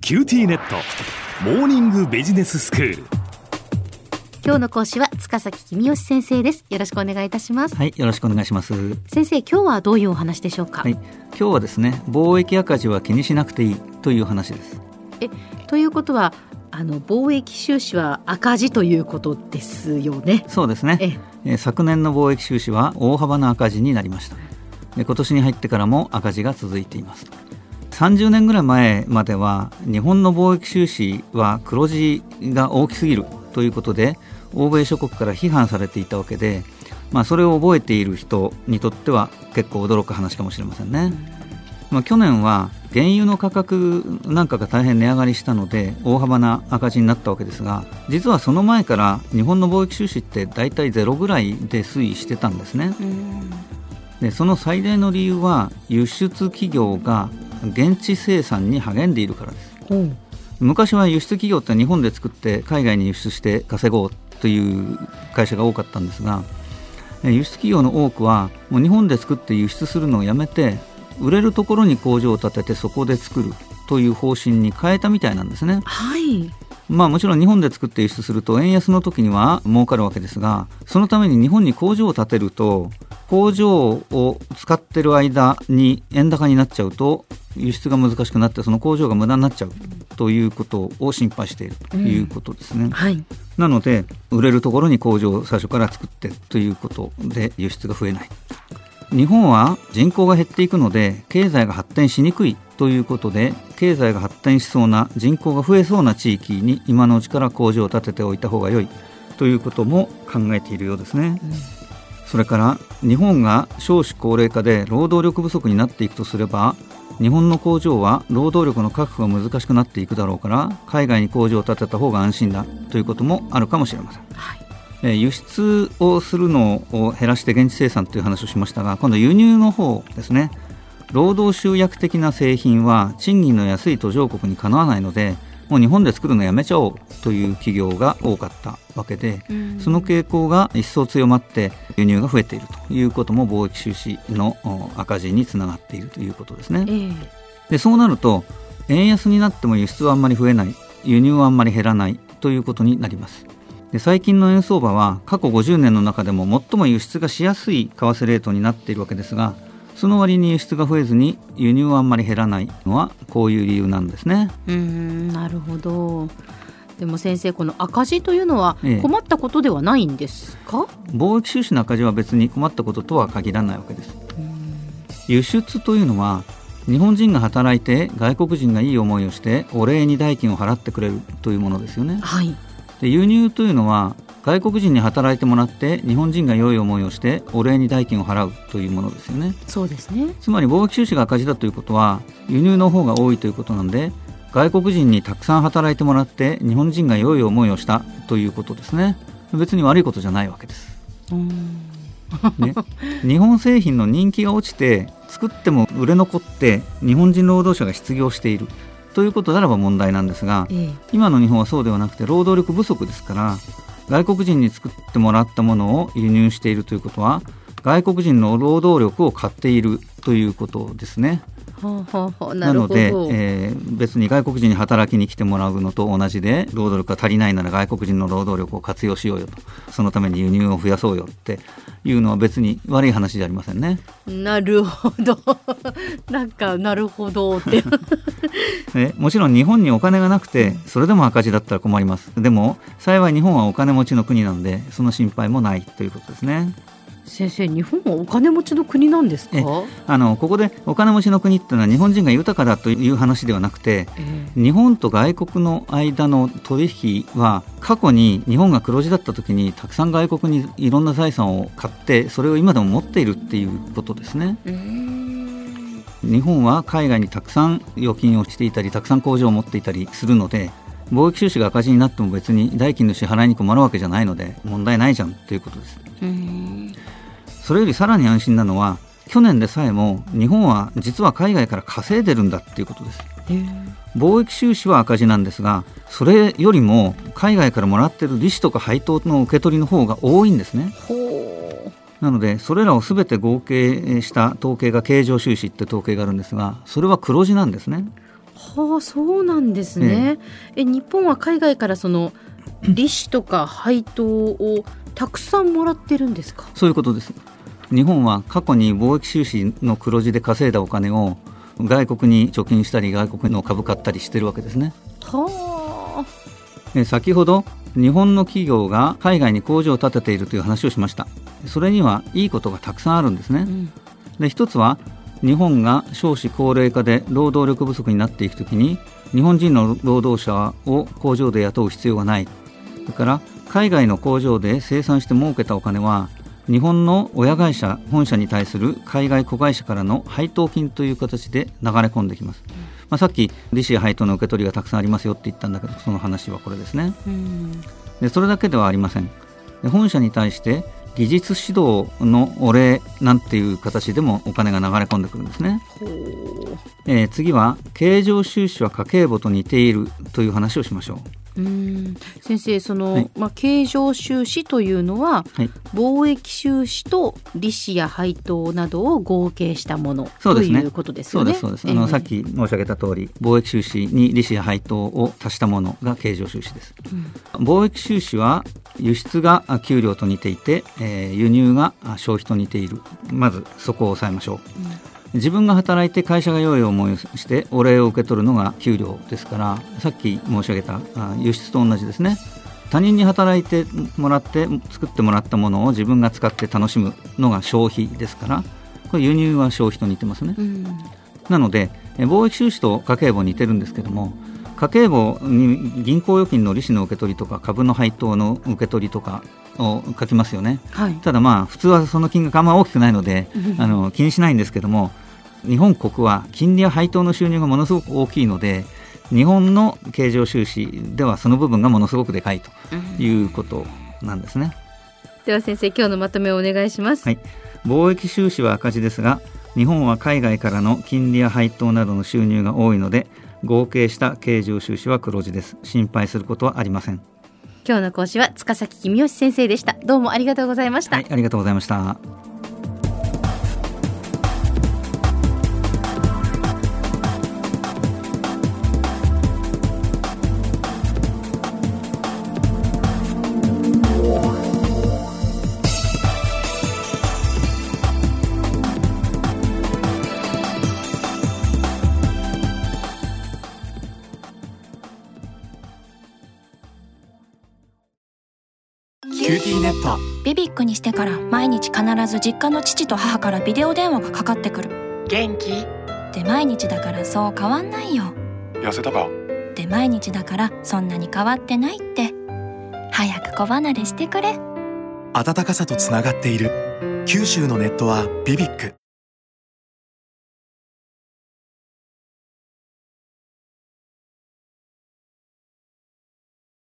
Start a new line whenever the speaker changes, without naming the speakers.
キューティーネットモーニングビジネススクール。
今日の講師は塚崎君吉先生です。よろしくお願いいたします。
はい、よろしくお願いします。
先生、今日はどういうお話でしょうか？
はい、今日はですね、貿易赤字は気にしなくていいという話です。
ということは貿易収支は赤字ということですよね。
そうですね。昨年の貿易収支は大幅な赤字になりました。今年に入ってからも赤字が続いています。30年ぐらい前までは日本の貿易収支は黒字が大きすぎるということで欧米諸国から批判されていたわけで、それを覚えている人にとっては結構驚く話かもしれませんね。去年は原油の価格なんかが大変値上がりしたので大幅な赤字になったわけですが、実はその前から日本の貿易収支ってだいたいゼロぐらいで推移してたんですね。でその最大の理由は輸出企業が現地生産に励んでいるからです。昔は輸出企業って日本で作って海外に輸出して稼ごうという会社が多かったんですが、輸出企業の多くはもう日本で作って輸出するのをやめて売れるところに工場を建ててそこで作るという方針に変えたみたいなんですね。
はい。
もちろん日本で作って輸出すると円安の時には儲かるわけですが、そのために日本に工場を建てると工場を使っている間に円高になっちゃうと輸出が難しくなってその工場が無駄になっちゃうということを心配しているということですね。
はい。
なので売れるところに工場を最初から作ってということで輸出が増えない。日本は人口が減っていくので経済が発展しにくいということで、経済が発展しそうな人口が増えそうな地域に今のうちから工場を建てておいた方が良いということも考えているようですね。それから日本が少子高齢化で労働力不足になっていくとすれば、日本の工場は労働力の確保が難しくなっていくだろうから海外に工場を建てた方が安心だということもあるかもしれません。輸出をするのを減らして現地生産という話をしましたが、今度輸入の方ですね。労働集約的な製品は賃金の安い途上国にかなわないので、もう日本で作るのやめちゃおうという企業が多かったわけで、その傾向が一層強まって輸入が増えているということも貿易収支の赤字につながっているということですね。でそうなると円安になっても輸出はあんまり増えない、輸入はあんまり減らないということになります。で最近の円相場は過去50年の中でも最も輸出がしやすい為替レートになっているわけですが、その割に輸出が増えずに輸入はあんまり減らないのはこういう理由なんですね。
なるほど。でも先生、この赤字というのは困ったことではないんですか？
貿易収支の赤字は別に困ったこととは限らないわけです。輸出というのは日本人が働いて外国人がいい思いをしてお礼に代金を払ってくれるというものですよね。
はい。
で輸入というのは外国人に働いてもらって日本人が良い思いをしてお礼に代金を払うというものですよね。
そうですね。
つまり貿易収支が赤字だということは輸入の方が多いということなんで、外国人にたくさん働いてもらって日本人が良い思いをしたということですね。別に悪いことじゃないわけです。日本製品の人気が落ちて作っても売れ残って日本人労働者が失業しているということならば問題なんですが、今の日本はそうではなくて労働力不足ですから、外国人に作ってもらったものを輸入しているということは外国人の労働力を買っているということですね。なので、別に外国人に働きに来てもらうのと同じで、労働力が足りないなら外国人の労働力を活用しようよと、そのために輸入を増やそうよっていうのは別に悪い話じゃありませんね。
なるほどなんかなるほどって
もちろん日本にお金がなくてそれでも赤字だったら困ります。でも幸い日本はお金持ちの国なのでその心配もないということですね。
先生、日本はお金持ちの国なんですか？
ここでお金持ちの国っていうのは日本人が豊かだという話ではなくて、日本と外国の間の取引は過去に日本が黒字だった時にたくさん外国にいろんな財産を買ってそれを今でも持っているっていうことですね。日本は海外にたくさん預金をしていたりたくさん工場を持っていたりするので、貿易収支が赤字になっても別に代金の支払いに困るわけじゃないので問題ないじゃんということです。それよりさらに安心なのは去年でさえも日本は実は海外から稼いでるんだっていうことです。貿易収支は赤字なんですが、それよりも海外からもらっている利子とか配当の受け取りの方が多いんですね。なのでそれらをすべて合計した統計が経常収支って統計があるんですが、それは黒字なんですね。
はあ、そうなんですね。日本は海外からその利子とか配当をたくさんもらってるんですか？
そういうことです。日本は過去に貿易収支の黒字で稼いだお金を外国に貯金したり外国の株買ったりしてるわけですね。
はあ。
先ほど日本の企業が海外に工場を建てているという話をしました。それにはいいことがたくさんあるんですね。で、一つは日本が少子高齢化で労働力不足になっていくときに日本人の労働者を工場で雇う必要がない。それから海外の工場で生産して儲けたお金は日本の親会社本社に対する海外子会社からの配当金という形で流れ込んできます。さっき利子や配当の受け取りがたくさんありますよって言ったんだけど、その話はこれですね。で、それだけではありません。で、本社に対して技術指導のお礼なんていう形でもお金が流れ込んでくるんですね。次は経常収支は家計簿と似ているという話をしましょう。
先生、その、経常収支というのは、貿易収支と利子や配当などを合計したものということですよね。
そうです。さっき申し上げた通り貿易収支に利子や配当を足したものが経常収支です。貿易収支は輸出が給料と似ていて、輸入が消費と似ている。まずそこを押さえましょう。自分が働いて会社が良い思いをしてお礼を受け取るのが給料ですから、さっき申し上げた輸出と同じですね。他人に働いてもらって作ってもらったものを自分が使って楽しむのが消費ですから、これ輸入は消費と似てますね。なので貿易収支と家計簿似てるんですけども、家計簿に銀行預金の利子の受け取りとか株の配当の受け取りとかを書きますよね。ただ普通はその金額あんま大きくないので気にしないんですけども、日本国は金利や配当の収入がものすごく大きいので、日本の経常収支ではその部分がものすごくでかいということなんですね。
では先生、今日のまとめをお願いします。
貿易収支は赤字ですが、日本は海外からの金利や配当などの収入が多いので合計した経常収支は黒字です。心配することはありません。
今日の講師は塚崎公義先生でした。どうもありがとうございました。
ありがとうございました。
キューティーネット。
ビビックにしてから毎日必ず実家の父と母からビデオ電話がかかってくる。
元気？
で毎日だからそう変わんないよ。
痩せたか？
で毎日だからそんなに変わってないって。早く子離れしてくれ。
温かさとつながっている九州のネットはビビック。